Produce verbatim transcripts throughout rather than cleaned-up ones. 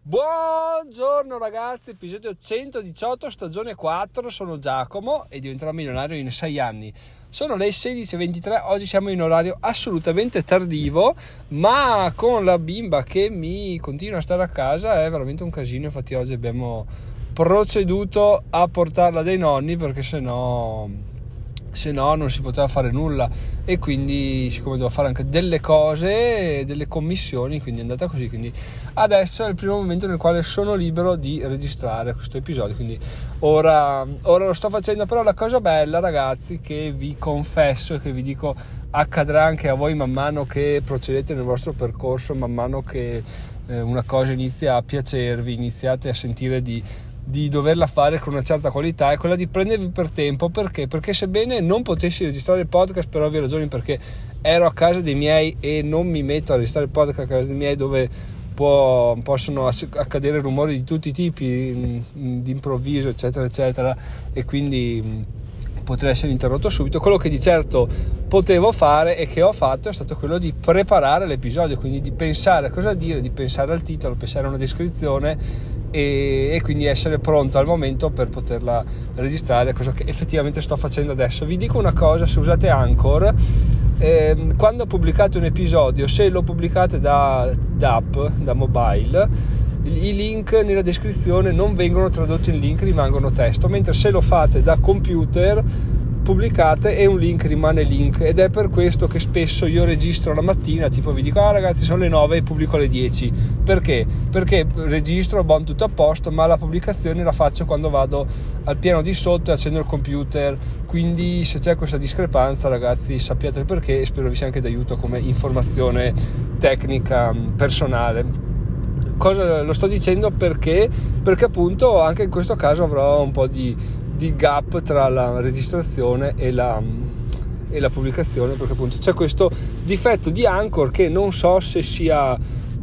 Buongiorno ragazzi, episodio centodiciotto, stagione quattro, sono Giacomo e diventerò milionario in sei anni. Sono le sedici e ventitré, oggi siamo in orario assolutamente tardivo, ma con la bimba che mi continua a stare a casa è veramente un casino. Infatti oggi abbiamo proceduto a portarla dai nonni perché sennò... se no non si poteva fare nulla, e quindi siccome devo fare anche delle cose, delle commissioni, quindi è andata così. Quindi adesso è il primo momento nel quale sono libero di registrare questo episodio, quindi ora, ora lo sto facendo. Però la cosa bella, ragazzi, che vi confesso e che vi dico accadrà anche a voi man mano che procedete nel vostro percorso, man mano che eh, una cosa inizia a piacervi, iniziate a sentire di di doverla fare con una certa qualità, è quella di prendervi per tempo. Perché? Perché sebbene non potessi registrare il podcast per ovvie ragioni, perché ero a casa dei miei e non mi metto a registrare il podcast a casa dei miei dove può, possono accadere rumori di tutti i tipi di improvviso eccetera eccetera, e quindi potrei essere interrotto subito. Quello che di certo potevo fare e che ho fatto è stato quello di preparare l'episodio, quindi di pensare a cosa dire, di pensare al titolo, pensare a una descrizione e, e quindi essere pronto al momento per poterla registrare, cosa che effettivamente sto facendo adesso. Vi dico una cosa: se usate Anchor, ehm, quando pubblicate un episodio, se lo pubblicate da, da app, da mobile, i link nella descrizione non vengono tradotti in link, rimangono testo, mentre se lo fate da computer pubblicate e un link rimane link. Ed è per questo che spesso io registro la mattina, tipo vi dico ah ragazzi sono le nove e pubblico alle dieci. Perché? Perché registro, buon, tutto a posto, ma la pubblicazione la faccio quando vado al piano di sotto e accendo il computer. Quindi se c'è questa discrepanza, ragazzi, sappiate il perché e spero vi sia anche d'aiuto come informazione tecnica personale. Cosa lo sto dicendo? Perché perché appunto anche in questo caso avrò un po' di, di gap tra la registrazione e la, e la pubblicazione, perché appunto c'è questo difetto di Anchor che non so se sia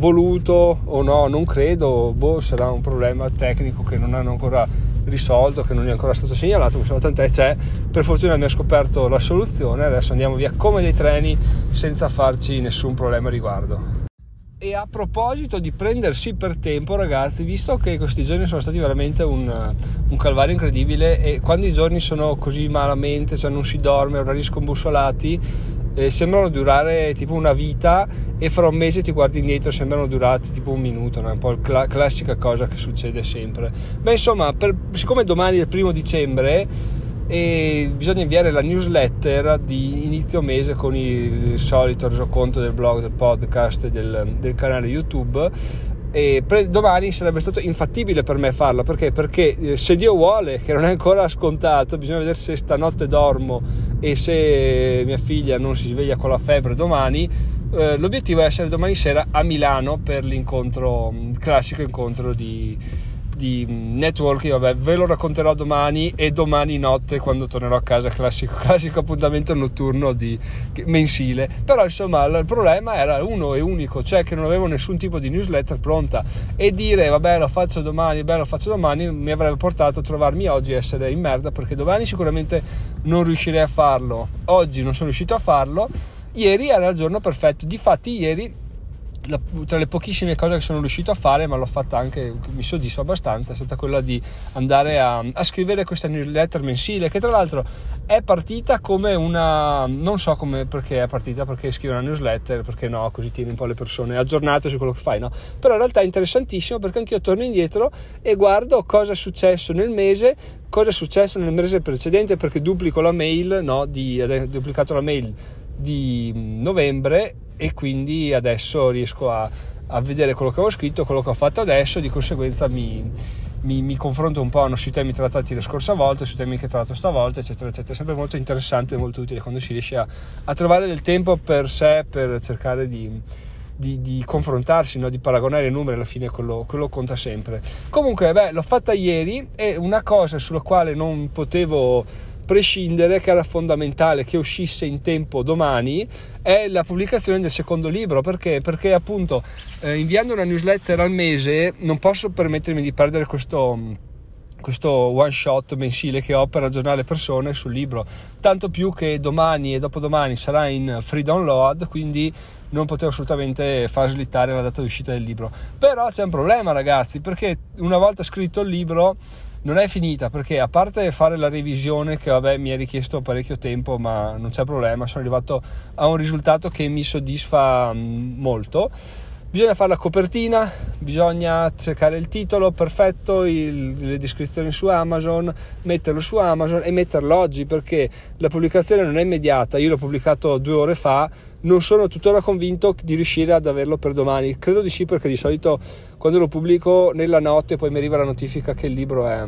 voluto o no, non credo, boh, sarà un problema tecnico che non hanno ancora risolto, che non è ancora stato segnalato, insomma tant'è, c'è. Per fortuna ne ho scoperto la soluzione, adesso andiamo via come dei treni senza farci nessun problema a riguardo. E a proposito di prendersi per tempo, ragazzi, visto che questi giorni sono stati veramente un, un calvario incredibile, e quando i giorni sono così malamente, cioè non si dorme, orari scombussolati, eh, sembrano durare tipo una vita, e fra un mese ti guardi indietro sembrano durati tipo un minuto, no? È un po' la classica cosa che succede sempre. Beh, insomma, per, siccome domani è il primo dicembre e bisogna inviare la newsletter di inizio mese con il solito resoconto del blog, del podcast e del, del canale YouTube, e pre- domani sarebbe stato infattibile per me farla. Perché? Perché se Dio vuole, che non è ancora scontato, bisogna vedere se stanotte dormo e se mia figlia non si sveglia con la febbre domani. Eh, l'obiettivo è essere domani sera a Milano per l'incontro, classico incontro di di networking. Vabbè, ve lo racconterò domani, e domani notte quando tornerò a casa, classico, classico appuntamento notturno di mensile. Però insomma il problema era uno e unico, cioè che non avevo nessun tipo di newsletter pronta, e dire vabbè lo faccio domani, beh lo faccio domani mi avrebbe portato a trovarmi oggi essere in merda, perché domani sicuramente non riuscirei a farlo, oggi non sono riuscito a farlo, ieri era il giorno perfetto. Difatti ieri, La, tra le pochissime cose che sono riuscito a fare, ma l'ho fatta anche, che mi soddisfa abbastanza, è stata quella di andare a, a scrivere questa newsletter mensile, che tra l'altro è partita come una, non so come, perché è partita, perché scrive una newsletter, perché no, così tieni un po' le persone aggiornate su quello che fai, no? Però in realtà è interessantissimo, perché anch'io torno indietro e guardo cosa è successo nel mese, cosa è successo nel mese precedente, perché duplico la mail, no, di, ho duplicato la mail di novembre, e quindi adesso riesco a, a vedere quello che avevo scritto, quello che ho fatto adesso, di conseguenza mi, mi, mi confronto un po' no, sui temi trattati la scorsa volta, sui temi che ho trattato stavolta, eccetera eccetera. È sempre molto interessante e molto utile quando si riesce a, a trovare del tempo per sé, per cercare di, di, di confrontarsi, no? Di paragonare i numeri. Alla fine quello, quello conta sempre. Comunque beh, l'ho fatta ieri, e una cosa sulla quale non potevo prescindere, che era fondamentale che uscisse in tempo domani, è la pubblicazione del secondo libro. Perché? Perché appunto eh, inviando una newsletter al mese non posso permettermi di perdere questo questo one shot mensile che ho per aggiornare le persone sul libro, tanto più che domani e dopodomani sarà in free download, quindi non potevo assolutamente far slittare la data di uscita del libro. Però c'è un problema, ragazzi, perché una volta scritto il libro non è finita, perché a parte fare la revisione, che vabbè mi ha richiesto parecchio tempo, ma non c'è problema, sono arrivato a un risultato che mi soddisfa molto. Bisogna fare la copertina, bisogna cercare il titolo perfetto, il, le descrizioni su Amazon, metterlo su Amazon e metterlo oggi, perché la pubblicazione non è immediata. Io l'ho pubblicato due ore fa, non sono tuttora convinto di riuscire ad averlo per domani. Credo di sì, perché di solito quando lo pubblico nella notte poi mi arriva la notifica che il libro è,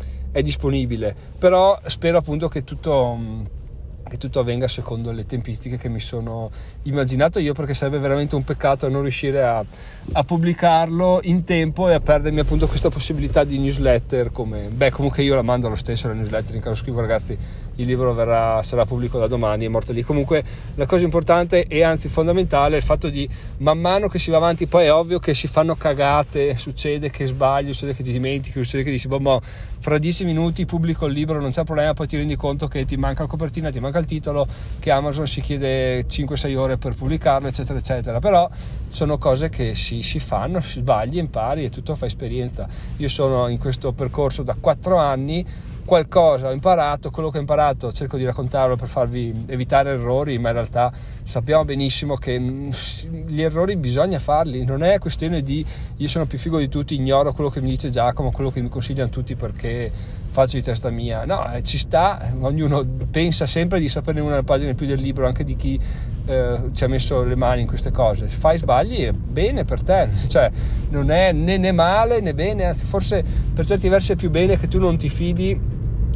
è disponibile. Però spero appunto che tutto... che tutto avvenga secondo le tempistiche che mi sono immaginato io, perché sarebbe veramente un peccato non riuscire a, a pubblicarlo in tempo e a perdermi appunto questa possibilità di newsletter. Come beh, comunque io la mando lo stesso la newsletter, in caso scrivo ragazzi il libro verrà, sarà pubblico da domani, è morto lì. Comunque la cosa importante e anzi fondamentale è il fatto di, man mano che si va avanti, poi è ovvio che si fanno cagate, succede che sbagli, succede che ti dimentichi, succede che dici boh, boh fra dieci minuti pubblico il libro, non c'è problema, poi ti rendi conto che ti manca la copertina, ti manca il titolo, che Amazon si chiede cinque sei ore per pubblicarlo, eccetera eccetera. Però sono cose che si, si fanno, si sbagli, impari e tutto fa esperienza. Io sono in questo percorso da quattro anni, qualcosa ho imparato, quello che ho imparato cerco di raccontarlo per farvi evitare errori, ma in realtà sappiamo benissimo che gli errori bisogna farli, non è questione di io sono più figo di tutti, ignoro quello che mi dice Giacomo, quello che mi consigliano tutti perché faccio di testa mia. No, eh, ci sta, ognuno pensa sempre di saperne una pagina in più del libro, anche di chi eh, ci ha messo le mani in queste cose. Fai sbagli e bene per te, cioè non è né, né male né bene, anzi forse per certi versi è più bene che tu non ti fidi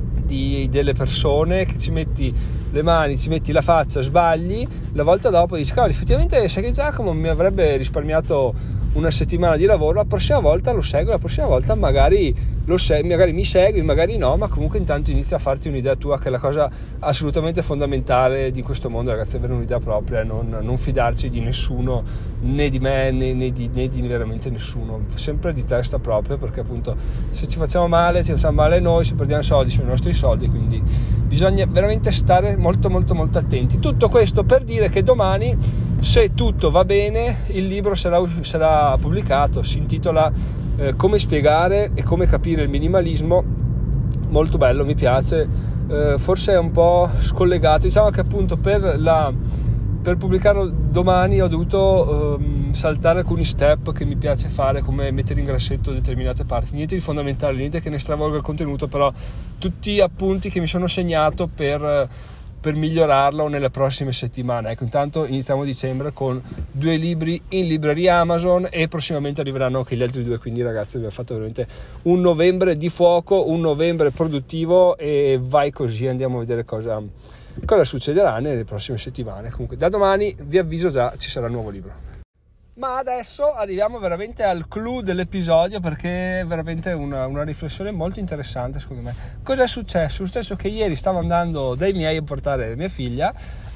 di, delle persone, che ci metti le mani, ci metti la faccia, sbagli, la volta dopo dici cavolo, effettivamente sai che Giacomo mi avrebbe risparmiato una settimana di lavoro, la prossima volta lo seguo, la prossima volta magari lo segui, magari mi segui, magari no, ma comunque intanto inizia a farti un'idea tua, che è la cosa assolutamente fondamentale di questo mondo, ragazzi, avere un'idea propria, non, non fidarci di nessuno, né di me né, né, di, né di veramente nessuno, sempre di testa propria, perché appunto se ci facciamo male, ci facciamo male noi, se perdiamo soldi sono i nostri soldi, quindi bisogna veramente stare molto molto molto attenti. Tutto questo per dire che domani, se tutto va bene, il libro sarà, sarà pubblicato, si intitola eh, Come spiegare e come capire il minimalismo, molto bello, mi piace, eh, forse è un po' scollegato, diciamo che appunto per, la, per pubblicarlo domani ho dovuto eh, saltare alcuni step che mi piace fare, come mettere in grassetto determinate parti, niente di fondamentale, niente che ne stravolga il contenuto, però tutti appunti che mi sono segnato per per migliorarlo nelle prossime settimane. Ecco, intanto iniziamo dicembre con due libri in libreria Amazon e prossimamente arriveranno anche gli altri due, quindi ragazzi abbiamo fatto veramente un novembre di fuoco, un novembre produttivo, e vai così, andiamo a vedere cosa, cosa succederà nelle prossime settimane. Comunque da domani vi avviso già, ci sarà un nuovo libro. Ma adesso arriviamo veramente al clou dell'episodio, perché è veramente una, una riflessione molto interessante secondo me. Cosa è successo? È successo che ieri stavo andando dai miei a portare mia figlia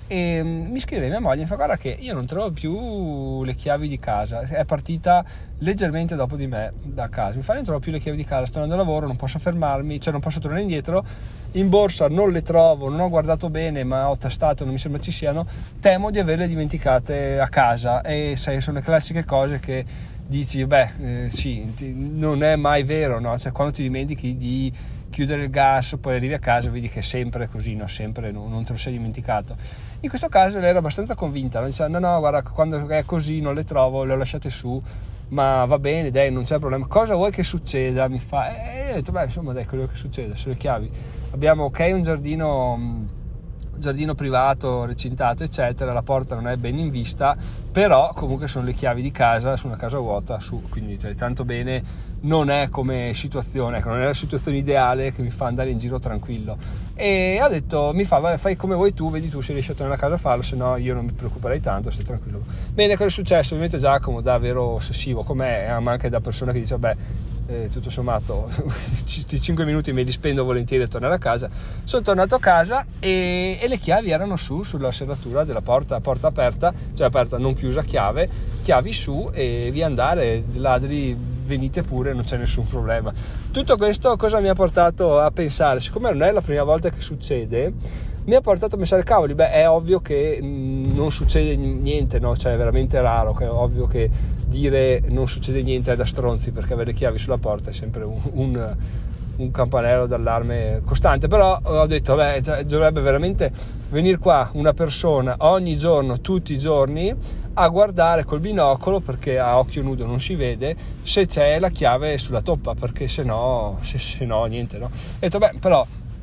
e mi scrive mia moglie, mi fa guarda che io non trovo più le chiavi di casa, è partita leggermente dopo di me da casa, mi fa non trovo più le chiavi di casa, sto andando a lavoro, non posso fermarmi, cioè non posso tornare indietro, in borsa non le trovo, non ho guardato bene ma ho tastato, non mi sembra ci siano, temo di averle dimenticate a casa. E sai, sono le classiche cose che dici beh eh, sì, non è mai vero, no? Cioè quando ti dimentichi di chiudere il gas, poi arrivi a casa e vedi che è sempre così, no? Sempre no, non te lo sei dimenticato. In questo caso lei era abbastanza convinta, no? Diceva no no guarda, quando è così non le trovo, le ho lasciate su, ma va bene dai, non c'è problema, cosa vuoi che succeda? Mi fa, e ho detto beh insomma dai, quello che succede sono le chiavi, abbiamo ok un giardino giardino privato recintato eccetera, la porta non è ben in vista, però comunque sono le chiavi di casa su una casa vuota, su, quindi cioè, tanto bene non è come situazione, ecco, non è la situazione ideale che mi fa andare in giro tranquillo. E ha detto, mi fa vabbè, fai come vuoi tu, vedi tu se riesci a tornare a casa a farlo, se no io non mi preoccuperei tanto, stai tranquillo. Bene, cosa è successo? Ovviamente Giacomo, da vero ossessivo com'è, ma anche da persona che dice vabbè eh, tutto sommato questi cinque minuti me li spendo volentieri a tornare a casa, sono tornato a casa e, e le chiavi erano su sulla serratura della porta, porta aperta, cioè aperta non chiusa, chiave chiavi su e via andare, ladri venite pure, non c'è nessun problema. Tutto questo cosa mi ha portato a pensare? Siccome non è la prima volta che succede, mi ha portato a pensare, cavoli, beh, è ovvio che mh, non succede niente, no? Cioè è veramente raro, che è ovvio che dire non succede niente è da stronzi, perché avere le chiavi sulla porta è sempre un, un, un campanello d'allarme costante. Però ho detto, beh, cioè, dovrebbe veramente venire qua una persona ogni giorno, tutti i giorni, a guardare col binocolo, perché a occhio nudo non si vede, se c'è la chiave sulla toppa, perché se no, se, se no niente, no? Ho detto, beh, però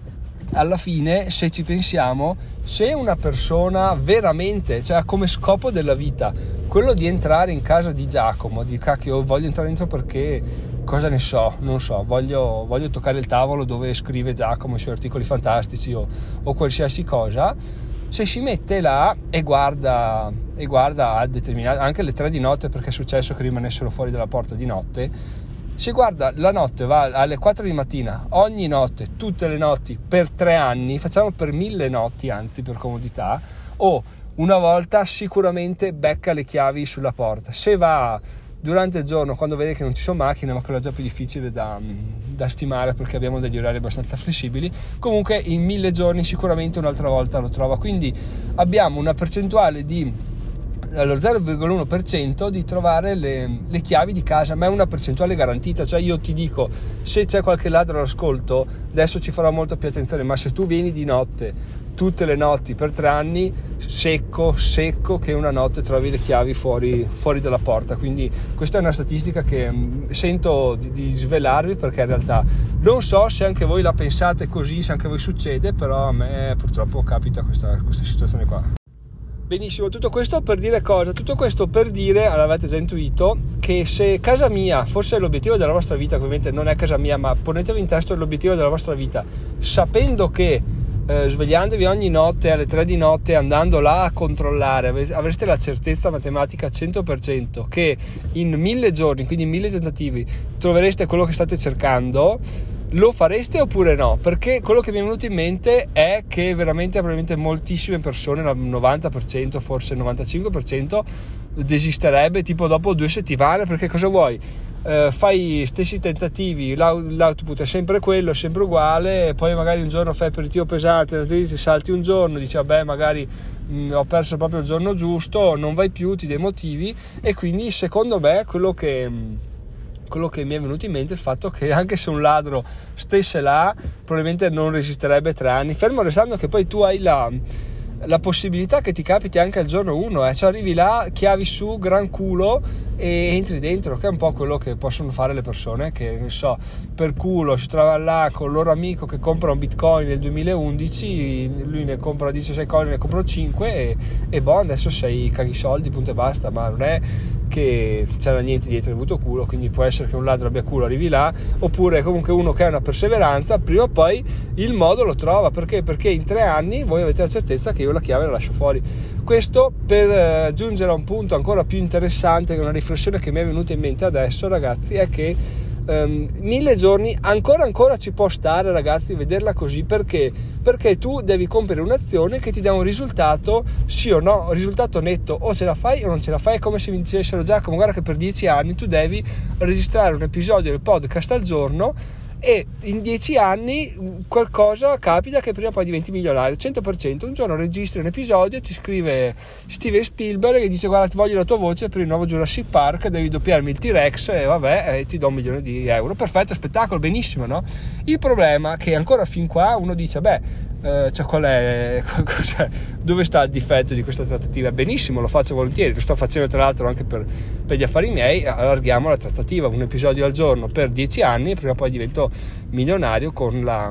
alla fine, se ci pensiamo, se una persona veramente, cioè ha come scopo della vita quello di entrare in casa di Giacomo, di cacchio, voglio entrare dentro perché, cosa ne so, non so, voglio, voglio toccare il tavolo dove scrive Giacomo i suoi articoli fantastici o, o qualsiasi cosa, se si mette là e guarda, e guarda a determinate, anche alle tre di notte, perché è successo che rimanessero fuori dalla porta di notte, si guarda la notte, va alle quattro di mattina ogni notte, tutte le notti, per tre anni, facciamo per mille notti, anzi, per comodità, o una volta sicuramente becca le chiavi sulla porta. Se va durante il giorno, quando vede che non ci sono macchine, ma quello è già più difficile da, da stimare, perché abbiamo degli orari abbastanza flessibili, comunque in mille giorni sicuramente un'altra volta lo trova. Quindi abbiamo una percentuale di allo zero virgola uno per cento di trovare le, le chiavi di casa, ma è una percentuale garantita. Cioè io ti dico, se c'è qualche ladro all'ascolto, adesso ci farò molta più attenzione, ma se tu vieni di notte tutte le notti per tre anni, secco secco che una notte trovi le chiavi fuori, fuori dalla porta. Quindi questa è una statistica che mh, sento di, di svelarvi, perché in realtà non so se anche voi la pensate così, se anche a voi succede, però a me purtroppo capita questa, questa situazione qua. Benissimo, tutto questo per dire cosa? Tutto questo per dire, l'avete già intuito, che se casa mia fosse l'obiettivo della vostra vita, ovviamente non è casa mia, ma ponetevi in testa l'obiettivo della vostra vita, sapendo che eh, svegliandovi ogni notte alle tre di notte, andando là a controllare, avreste la certezza matematica cento per cento che in mille giorni, quindi in mille tentativi, trovereste quello che state cercando. Lo fareste oppure no? Perché quello che mi è venuto in mente è che veramente probabilmente moltissime persone, il novanta per cento, forse il novantacinque per cento, desisterebbe tipo dopo due settimane, perché cosa vuoi? Eh, fai stessi tentativi, l'output è sempre quello, è sempre uguale, e poi magari un giorno fai aperitivo pesante, salti un giorno, dici vabbè magari mh, ho perso proprio il giorno giusto, non vai più, ti demotivi. E quindi secondo me quello che... quello che mi è venuto in mente è il fatto che anche se un ladro stesse là, probabilmente non resisterebbe tre anni, fermo restando che poi tu hai la, la possibilità che ti capiti anche al giorno uno, eh? Cioè arrivi là, chiavi su, gran culo e entri dentro, che è un po' quello che possono fare le persone che, non so, per culo si trova là con il loro amico che compra un bitcoin nel duemilaundici, lui ne compra diciassei coin, ne compra cinque e, e boh, adesso sei caghi soldi, punto e basta. Ma non è che c'era niente dietro, hai avuto culo, quindi può essere che un ladro abbia culo, arrivi là, oppure comunque uno che ha una perseveranza, prima o poi il modo lo trova. Perché? Perché in tre anni voi avete la certezza che io la chiave la lascio fuori. Questo per eh, giungere a un punto ancora più interessante, che è una riflessione che mi è venuta in mente adesso, ragazzi, è che Um, mille giorni ancora ancora ci può stare, ragazzi, vederla così. Perché? Perché tu devi compiere un'azione che ti dà un risultato, sì o no, un risultato netto, o ce la fai o non ce la fai. È come se mi dicessero Giacomo, guarda che per dieci anni tu devi registrare un episodio del podcast al giorno, e in dieci anni qualcosa capita che prima o poi diventi milionario. Cento per cento. Un giorno registri un episodio, ti scrive Steven Spielberg e dice guarda ti voglio la tua voce per il nuovo Jurassic Park, devi doppiarmi il T-Rex e vabbè, e ti do un milione di euro. Perfetto, spettacolo, benissimo, no? Il problema è che ancora fin qua uno dice beh, Uh, cioè qual è, cioè, dove sta il difetto di questa trattativa? Benissimo, lo faccio volentieri, lo sto facendo tra l'altro anche per, per gli affari miei. Allarghiamo la trattativa, un episodio al giorno per dieci anni e prima o poi divento milionario con la,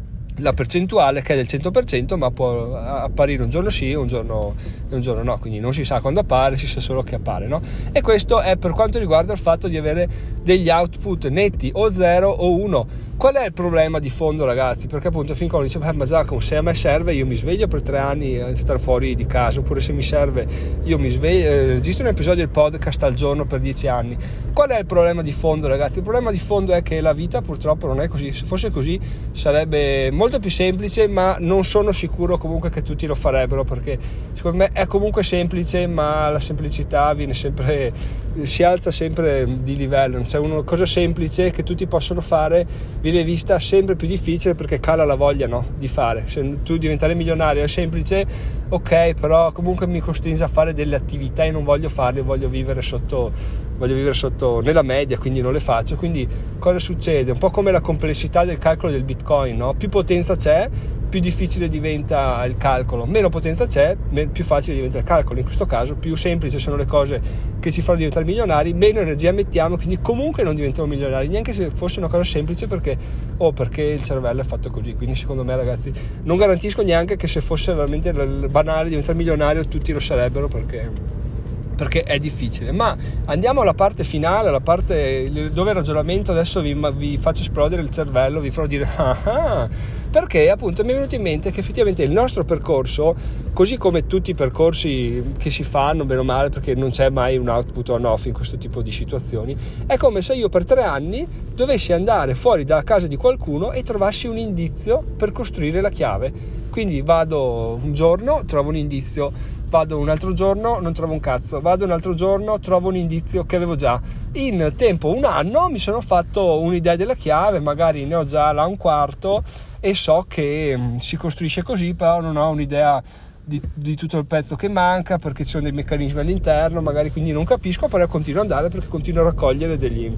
la percentuale che è del cento per cento, ma può apparire un giorno sì e un giorno, un giorno no, quindi non si sa quando appare, si sa solo che appare, no? E questo è per quanto riguarda il fatto di avere degli output netti o zero o uno. Qual è il problema di fondo, ragazzi? Perché appunto fin quando dice beh, ma Giacomo, se a me serve io mi sveglio per tre anni a stare fuori di casa, oppure se mi serve io mi sveglio, eh, registro un episodio del podcast al giorno per dieci anni. Qual è il problema di fondo, ragazzi? Il problema di fondo è che la vita purtroppo non è così. Se fosse così sarebbe molto più semplice, ma non sono sicuro comunque che tutti lo farebbero, perché secondo me è comunque semplice, ma la semplicità viene sempre, si alza sempre di livello, cioè una cosa semplice che tutti possono fare viene vista sempre più difficile perché cala la voglia, no, di fare. Se tu diventare milionario è semplice, ok, però comunque mi costringe a fare delle attività e non voglio farle, voglio vivere sotto voglio vivere sotto nella media, quindi non le faccio. Quindi cosa succede? Un po' come la complessità del calcolo del Bitcoin, no? Più potenza c'è, più difficile diventa il calcolo, meno potenza c'è, più facile diventa il calcolo. In questo caso più semplici sono le cose che ci fanno diventare milionari, meno energia mettiamo, quindi comunque non diventiamo milionari, neanche se fosse una cosa semplice, perché o oh, perché il cervello è fatto così. Quindi secondo me, ragazzi, non garantisco neanche che se fosse veramente banale diventare milionario tutti lo sarebbero, perché perché è difficile. Ma andiamo alla parte finale, alla parte dove il ragionamento adesso vi, vi faccio esplodere il cervello, vi farò dire ah, ah, perché appunto mi è venuto in mente che effettivamente il nostro percorso, così come tutti i percorsi che si fanno bene o male, perché non c'è mai un output on off in questo tipo di situazioni, è come se io per tre anni dovessi andare fuori dalla casa di qualcuno e trovassi un indizio per costruire la chiave. Quindi vado un giorno, trovo un indizio, vado un altro giorno, non trovo un cazzo, vado un altro giorno, trovo un indizio che avevo già. In tempo un anno mi sono fatto un'idea della chiave, magari ne ho già là un quarto e so che mh, si costruisce così, però non ho un'idea di, di tutto il pezzo che manca, perché ci sono dei meccanismi all'interno, magari, quindi non capisco, però continuo ad andare perché continuo a raccogliere degli,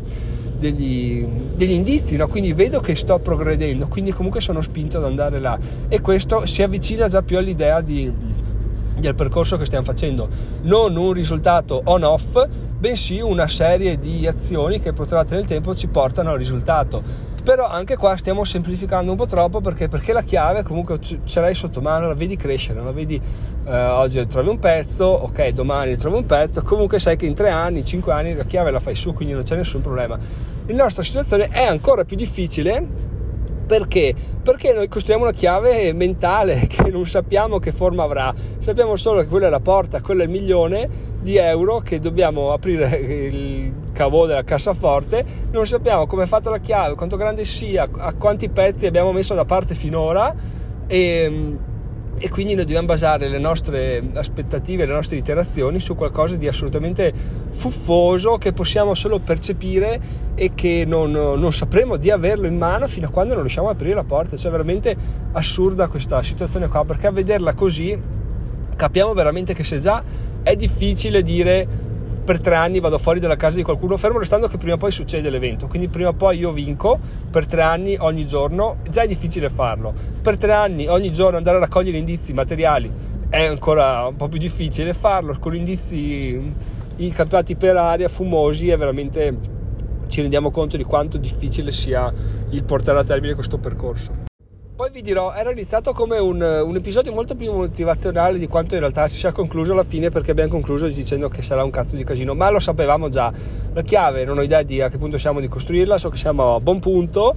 degli, degli indizi, no? Quindi vedo che sto progredendo, quindi comunque sono spinto ad andare là, e questo si avvicina già più all'idea di del percorso che stiamo facendo, non un risultato on off, bensì una serie di azioni che protratte nel tempo ci portano al risultato. Però anche qua stiamo semplificando un po' troppo, perché perché la chiave comunque ce l'hai sotto mano, la vedi crescere, la vedi eh, oggi trovi un pezzo, ok, domani trovi un pezzo, comunque sai che in tre anni, cinque anni la chiave la fai su, quindi non c'è nessun problema. La nostra situazione è ancora più difficile. Perché? Perché noi costruiamo una chiave mentale che non sappiamo che forma avrà, sappiamo solo che quella è la porta, quello è il milione di euro che dobbiamo aprire il cavo della cassaforte, non sappiamo come è fatta la chiave, quanto grande sia, a quanti pezzi abbiamo messo da parte finora, e, e quindi noi dobbiamo basare le nostre aspettative, le nostre iterazioni su qualcosa di assolutamente fuffoso che possiamo solo percepire e che non, non sapremo di averlo in mano fino a quando non riusciamo ad aprire la porta. Cioè, veramente assurda questa situazione qua, perché a vederla così capiamo veramente che se già è difficile dire per tre anni vado fuori dalla casa di qualcuno, fermo restando che prima o poi succede l'evento, quindi prima o poi io vinco, per tre anni ogni giorno già è difficile farlo, per tre anni ogni giorno andare a raccogliere indizi materiali è ancora un po' più difficile farlo, con indizi incampati per aria, fumosi, è veramente, ci rendiamo conto di quanto difficile sia il portare a termine questo percorso. Poi vi dirò, era iniziato come un, un episodio molto più motivazionale di quanto in realtà si sia concluso alla fine, perché abbiamo concluso dicendo che sarà un cazzo di casino, ma lo sapevamo già. La chiave non ho idea di a che punto siamo di costruirla, so che siamo a buon punto,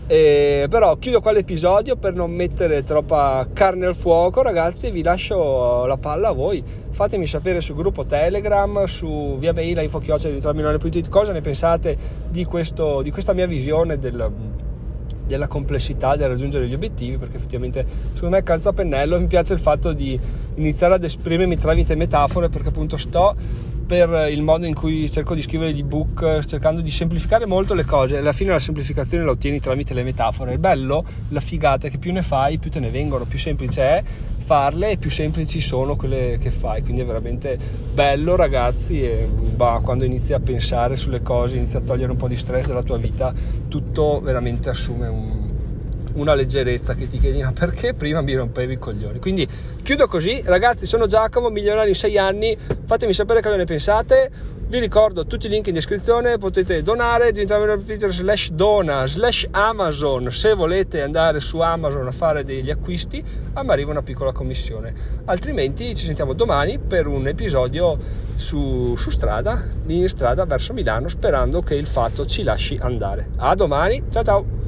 eh, però chiudo qua l'episodio per non mettere troppa carne al fuoco, ragazzi, e vi lascio la palla a voi. Fatemi sapere sul gruppo Telegram, su via mail a info chiocciola diventare milionario punto it cosa ne pensate di, questo, di questa mia visione del della complessità del raggiungere gli obiettivi, perché effettivamente secondo me calza a pennello. Mi piace il fatto di iniziare ad esprimermi tramite metafore, perché appunto sto per il modo in cui cerco di scrivere gli ebook, cercando di semplificare molto le cose. Alla fine la semplificazione la ottieni tramite le metafore. Il bello, la figata è che più ne fai più te ne vengono, più semplice è farle e più semplici sono quelle che fai, quindi è veramente bello, ragazzi. E bah, quando inizi a pensare sulle cose, inizi a togliere un po' di stress dalla tua vita, tutto veramente assume un, una leggerezza che ti chiedi ma perché prima mi rompevi i coglioni. Quindi chiudo così, ragazzi. Sono Giacomo, milionario in sei anni. Fatemi sapere cosa ne pensate. Vi ricordo tutti i link in descrizione, potete donare, diventare slash dona slash Amazon se volete andare su Amazon a fare degli acquisti, a me arriva una piccola commissione. Altrimenti ci sentiamo domani per un episodio su, su strada, in strada verso Milano, sperando che il fatto ci lasci andare. A domani, ciao ciao!